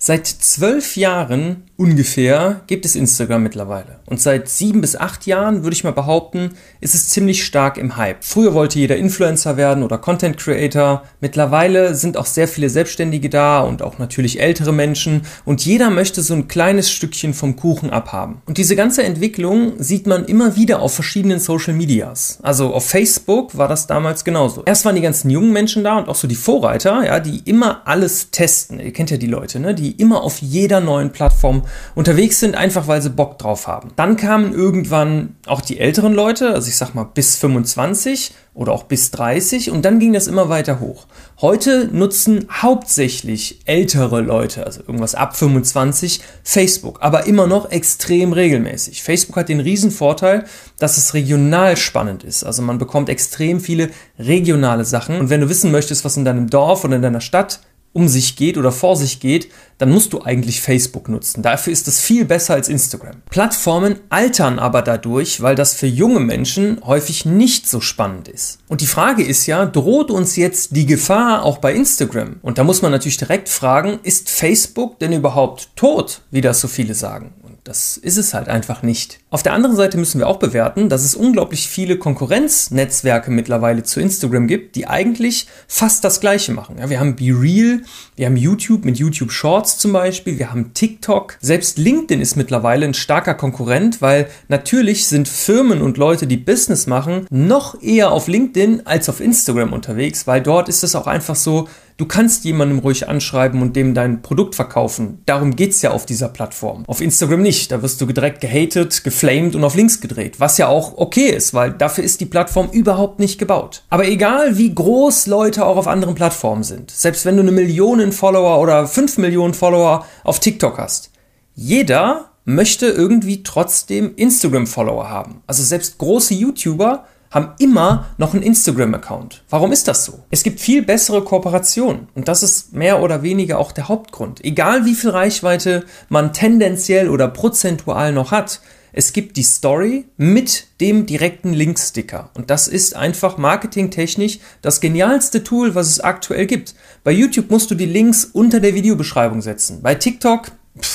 Seit 12 Jahren ungefähr gibt es Instagram mittlerweile. Und seit 7 bis 8 Jahren, würde ich mal behaupten, ist es ziemlich stark im Hype. Früher wollte jeder Influencer werden oder Content Creator. Mittlerweile sind auch sehr viele Selbstständige da und auch natürlich ältere Menschen. Und jeder möchte so ein kleines Stückchen vom Kuchen abhaben. Und diese ganze Entwicklung sieht man immer wieder auf verschiedenen Social Medias. Also auf Facebook war das damals genauso. Erst waren die ganzen jungen Menschen da und auch so die Vorreiter, ja, die immer alles testen. Ihr kennt ja die Leute, ne? Die immer auf jeder neuen Plattform unterwegs sind, einfach weil sie Bock drauf haben. Dann kamen irgendwann auch die älteren Leute, also ich sag mal bis 25 oder auch bis 30 und dann ging das immer weiter hoch. Heute nutzen hauptsächlich ältere Leute, also irgendwas ab 25, Facebook, aber immer noch extrem regelmäßig. Facebook hat den riesen Vorteil, dass es regional spannend ist. Also man bekommt extrem viele regionale Sachen und wenn du wissen möchtest, was in deinem Dorf oder in deiner Stadt um sich geht oder vor sich geht, dann musst du eigentlich Facebook nutzen. Dafür ist es viel besser als Instagram. Plattformen altern aber dadurch, weil das für junge Menschen häufig nicht so spannend ist. Und die Frage ist ja, droht uns jetzt die Gefahr auch bei Instagram? Und da muss man natürlich direkt fragen, ist Facebook denn überhaupt tot, wie das so viele sagen? Das ist es halt einfach nicht. Auf der anderen Seite müssen wir auch bewerten, dass es unglaublich viele Konkurrenznetzwerke mittlerweile zu Instagram gibt, die eigentlich fast das Gleiche machen. Ja, wir haben BeReal, wir haben YouTube mit YouTube Shorts zum Beispiel, wir haben TikTok. Selbst LinkedIn ist mittlerweile ein starker Konkurrent, weil natürlich sind Firmen und Leute, die Business machen, noch eher auf LinkedIn als auf Instagram unterwegs, weil dort ist es auch einfach so, du kannst jemandem ruhig anschreiben und dem dein Produkt verkaufen. Darum geht's ja auf dieser Plattform. Auf Instagram nicht. Da wirst du direkt gehatet, geflamed und auf links gedreht. Was ja auch okay ist, weil dafür ist die Plattform überhaupt nicht gebaut. Aber egal, wie groß Leute auch auf anderen Plattformen sind, selbst wenn du 1 Million Follower oder 5 Millionen Follower auf TikTok hast, jeder möchte irgendwie trotzdem Instagram-Follower haben. Also selbst große YouTuber haben immer noch einen Instagram-Account. Warum ist das so? Es gibt viel bessere Kooperationen und das ist mehr oder weniger auch der Hauptgrund. Egal wie viel Reichweite man tendenziell oder prozentual noch hat, es gibt die Story mit dem direkten Linksticker und das ist einfach marketingtechnisch das genialste Tool, was es aktuell gibt. Bei YouTube musst du die Links unter der Videobeschreibung setzen. Bei TikTok,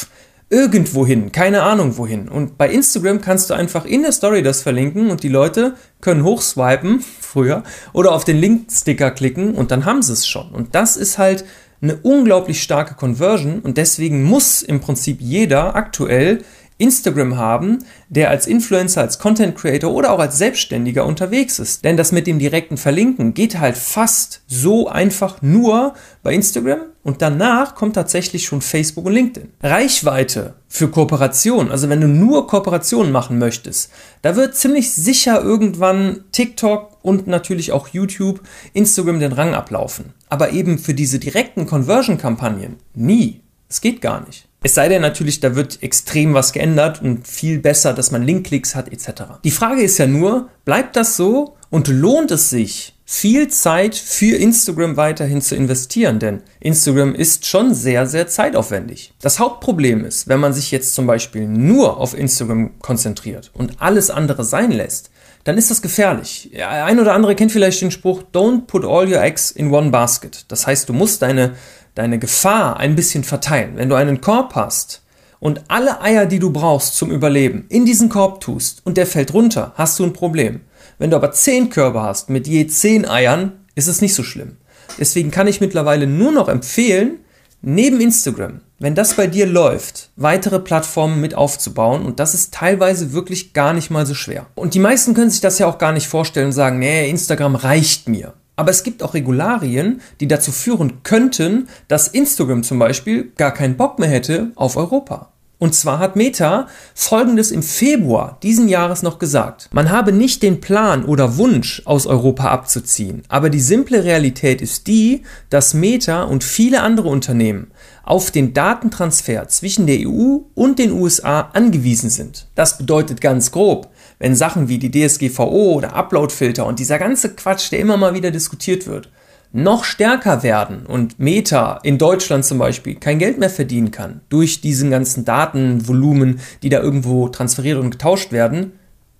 irgendwo hin, keine Ahnung wohin. Und bei Instagram kannst du einfach in der Story das verlinken und die Leute können hochswipen, früher, oder auf den Linksticker klicken und dann haben sie es schon. Und das ist halt eine unglaublich starke Conversion und deswegen muss im Prinzip jeder aktuell Instagram haben, der als Influencer, als Content Creator oder auch als Selbstständiger unterwegs ist. Denn das mit dem direkten Verlinken geht halt fast so einfach nur bei Instagram und danach kommt tatsächlich schon Facebook und LinkedIn. Reichweite für Kooperation, also wenn du nur Kooperationen machen möchtest, da wird ziemlich sicher irgendwann TikTok und natürlich auch YouTube, Instagram den Rang ablaufen. Aber eben für diese direkten Conversion-Kampagnen nie. Es geht gar nicht. Es sei denn natürlich, da wird extrem was geändert und viel besser, dass man Linkklicks hat etc. Die Frage ist ja nur, bleibt das so und lohnt es sich, viel Zeit für Instagram weiterhin zu investieren? Denn Instagram ist schon sehr, sehr zeitaufwendig. Das Hauptproblem ist, wenn man sich jetzt zum Beispiel nur auf Instagram konzentriert und alles andere sein lässt, dann ist das gefährlich. Ein oder andere kennt vielleicht den Spruch, don't put all your eggs in one basket. Das heißt, du musst deine Gefahr ein bisschen verteilen. Wenn du einen Korb hast und alle Eier, die du brauchst zum Überleben, in diesen Korb tust und der fällt runter, hast du ein Problem. Wenn du aber 10 Körbe hast mit je 10 Eiern, ist es nicht so schlimm. Deswegen kann ich mittlerweile nur noch empfehlen, neben Instagram, wenn das bei dir läuft, weitere Plattformen mit aufzubauen und das ist teilweise wirklich gar nicht mal so schwer. Und die meisten können sich das ja auch gar nicht vorstellen und sagen, nee, Instagram reicht mir. Aber es gibt auch Regularien, die dazu führen könnten, dass Instagram zum Beispiel gar keinen Bock mehr hätte auf Europa. Und zwar hat Meta Folgendes im Februar diesen Jahres noch gesagt. Man habe nicht den Plan oder Wunsch, aus Europa abzuziehen. Aber die simple Realität ist die, dass Meta und viele andere Unternehmen auf den Datentransfer zwischen der EU und den USA angewiesen sind. Das bedeutet ganz grob, wenn Sachen wie die DSGVO oder Uploadfilter und dieser ganze Quatsch, der immer mal wieder diskutiert wird, noch stärker werden und Meta in Deutschland zum Beispiel kein Geld mehr verdienen kann durch diesen ganzen Datenvolumen, die da irgendwo transferiert und getauscht werden,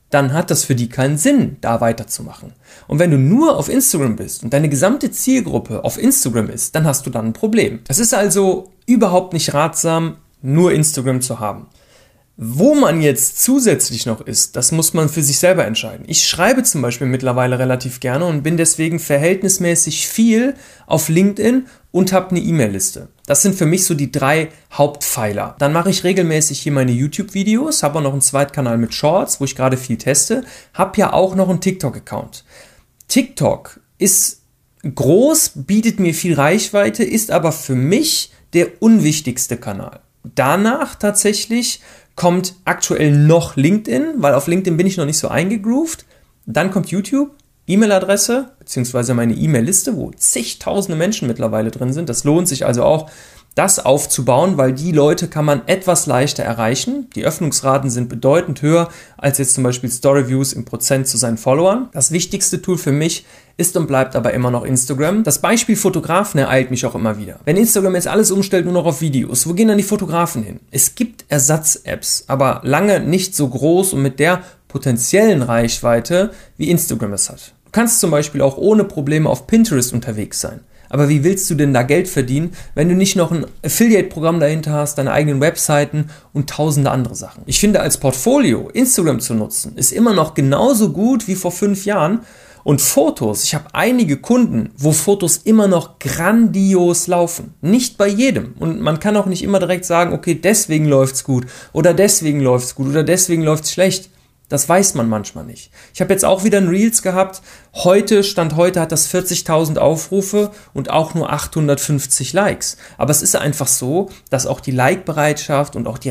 dann hat das für die keinen Sinn, da weiterzumachen. Und wenn du nur auf Instagram bist und deine gesamte Zielgruppe auf Instagram ist, dann hast du dann ein Problem. Es ist also überhaupt nicht ratsam, nur Instagram zu haben. Wo man jetzt zusätzlich noch ist, das muss man für sich selber entscheiden. Ich schreibe zum Beispiel mittlerweile relativ gerne und bin deswegen verhältnismäßig viel auf LinkedIn und habe eine E-Mail-Liste. Das sind für mich so die 3 Hauptpfeiler. Dann mache ich regelmäßig hier meine YouTube-Videos, habe auch noch einen Zweitkanal mit Shorts, wo ich gerade viel teste, habe ja auch noch einen TikTok-Account. TikTok ist groß, bietet mir viel Reichweite, ist aber für mich der unwichtigste Kanal. Danach tatsächlich kommt aktuell noch LinkedIn, weil auf LinkedIn bin ich noch nicht so eingegroovt. Dann kommt YouTube, E-Mail-Adresse, beziehungsweise meine E-Mail-Liste, wo zigtausende Menschen mittlerweile drin sind. Das lohnt sich also auch, das aufzubauen, weil die Leute kann man etwas leichter erreichen. Die Öffnungsraten sind bedeutend höher als jetzt zum Beispiel Storyviews im Prozent zu seinen Followern. Das wichtigste Tool für mich ist und bleibt aber immer noch Instagram. Das Beispiel Fotografen ereilt mich auch immer wieder. Wenn Instagram jetzt alles umstellt nur noch auf Videos, wo gehen dann die Fotografen hin? Es gibt Ersatz-Apps, aber lange nicht so groß und mit der potenziellen Reichweite, wie Instagram es hat. Du kannst zum Beispiel auch ohne Probleme auf Pinterest unterwegs sein. Aber wie willst du denn da Geld verdienen, wenn du nicht noch ein Affiliate-Programm dahinter hast, deine eigenen Webseiten und tausende andere Sachen? Ich finde, als Portfolio Instagram zu nutzen, ist immer noch genauso gut wie vor 5 Jahren. Und Fotos, ich habe einige Kunden, wo Fotos immer noch grandios laufen. Nicht bei jedem. Und man kann auch nicht immer direkt sagen, okay, deswegen läuft's gut oder deswegen läuft's gut oder deswegen läuft's schlecht. Das weiß man manchmal nicht. Ich habe jetzt auch wieder ein Reels gehabt. Stand heute hat das 40.000 Aufrufe und auch nur 850 Likes. Aber es ist einfach so, dass auch die Like-Bereitschaft und auch die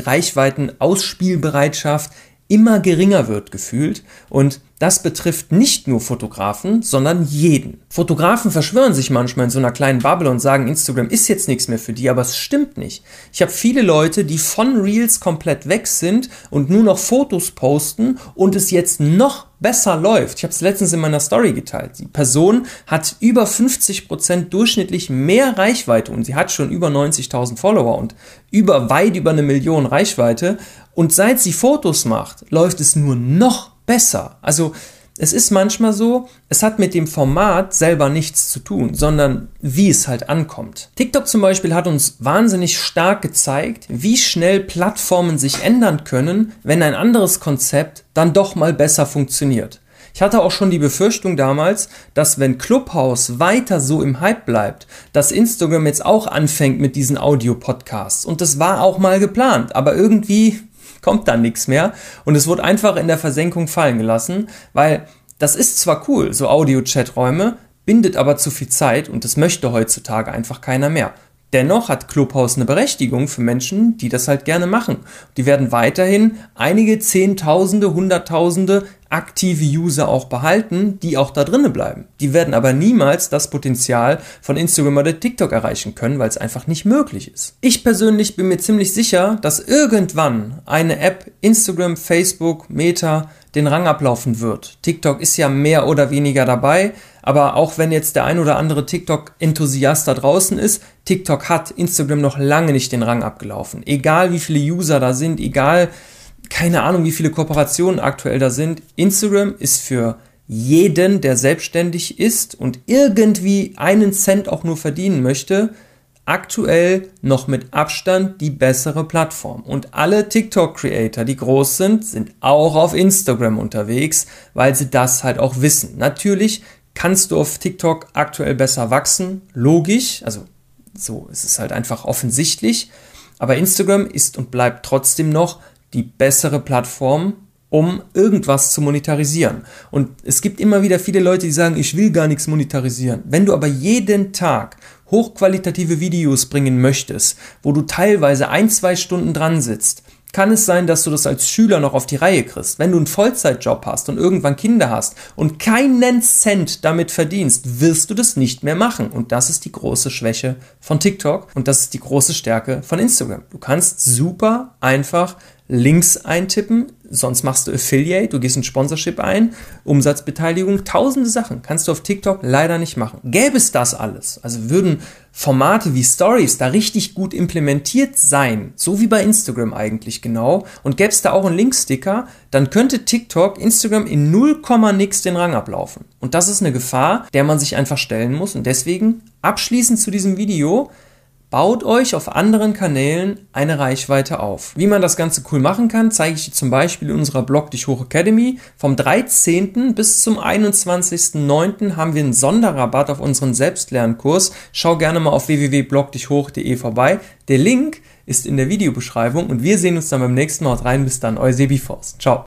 Reichweiten-Ausspielbereitschaft immer geringer wird gefühlt. Und das betrifft nicht nur Fotografen, sondern jeden. Fotografen verschwören sich manchmal in so einer kleinen Bubble und sagen, Instagram ist jetzt nichts mehr für die, aber es stimmt nicht. Ich habe viele Leute, die von Reels komplett weg sind und nur noch Fotos posten und es jetzt noch besser läuft. Ich habe es letztens in meiner Story geteilt. Die Person hat über 50% durchschnittlich mehr Reichweite und sie hat schon über 90.000 Follower und weit über 1 Million Reichweite. Und seit sie Fotos macht, läuft es nur noch besser. Also es ist manchmal so, es hat mit dem Format selber nichts zu tun, sondern wie es halt ankommt. TikTok zum Beispiel hat uns wahnsinnig stark gezeigt, wie schnell Plattformen sich ändern können, wenn ein anderes Konzept dann doch mal besser funktioniert. Ich hatte auch schon die Befürchtung damals, dass wenn Clubhouse weiter so im Hype bleibt, dass Instagram jetzt auch anfängt mit diesen Audio-Podcasts. Und das war auch mal geplant, aber irgendwie kommt dann nichts mehr und es wurde einfach in der Versenkung fallen gelassen, weil das ist zwar cool, so Audio-Chat-Räume, bindet aber zu viel Zeit und das möchte heutzutage einfach keiner mehr. Dennoch hat Clubhouse eine Berechtigung für Menschen, die das halt gerne machen. Die werden weiterhin einige Zehntausende, Hunderttausende aktive User auch behalten, die auch da drinnen bleiben. Die werden aber niemals das Potenzial von Instagram oder TikTok erreichen können, weil es einfach nicht möglich ist. Ich persönlich bin mir ziemlich sicher, dass irgendwann eine App Instagram, Facebook, Meta den Rang ablaufen wird. TikTok ist ja mehr oder weniger dabei, aber auch wenn jetzt der ein oder andere TikTok-Enthusiast da draußen ist, TikTok hat Instagram noch lange nicht den Rang abgelaufen. Egal wie viele User da sind, egal, keine Ahnung, wie viele Kooperationen aktuell da sind. Instagram ist für jeden, der selbstständig ist und irgendwie einen Cent auch nur verdienen möchte, aktuell noch mit Abstand die bessere Plattform. Und alle TikTok-Creator, die groß sind, sind auch auf Instagram unterwegs, weil sie das halt auch wissen. Natürlich kannst du auf TikTok aktuell besser wachsen, logisch, also so ist es halt einfach offensichtlich, aber Instagram ist und bleibt trotzdem noch die bessere Plattform, um irgendwas zu monetarisieren. Und es gibt immer wieder viele Leute, die sagen, ich will gar nichts monetarisieren. Wenn du aber jeden Tag hochqualitative Videos bringen möchtest, wo du teilweise 1-2 Stunden dran sitzt, kann es sein, dass du das als Schüler noch auf die Reihe kriegst. Wenn du einen Vollzeitjob hast und irgendwann Kinder hast und keinen Cent damit verdienst, wirst du das nicht mehr machen. Und das ist die große Schwäche von TikTok und das ist die große Stärke von Instagram. Du kannst super einfach Links eintippen, sonst machst du Affiliate, du gehst ein Sponsorship ein, Umsatzbeteiligung, tausende Sachen kannst du auf TikTok leider nicht machen. Gäbe es das alles, also würden Formate wie Stories da richtig gut implementiert sein, so wie bei Instagram eigentlich genau, und gäbe es da auch einen Linksticker, dann könnte TikTok Instagram in 0, nix den Rang ablaufen. Und das ist eine Gefahr, der man sich einfach stellen muss. Und deswegen abschließend zu diesem Video: Baut euch auf anderen Kanälen eine Reichweite auf. Wie man das Ganze cool machen kann, zeige ich dir zum Beispiel in unserer Blog Dich Hoch Academy. Vom 13. bis zum 21.09. haben wir einen Sonderrabatt auf unseren Selbstlernkurs. Schau gerne mal auf www.blogdichhoch.de vorbei. Der Link ist in der Videobeschreibung und wir sehen uns dann beim nächsten Mal. Haut rein, bis dann, euer Sebi Forst. Ciao.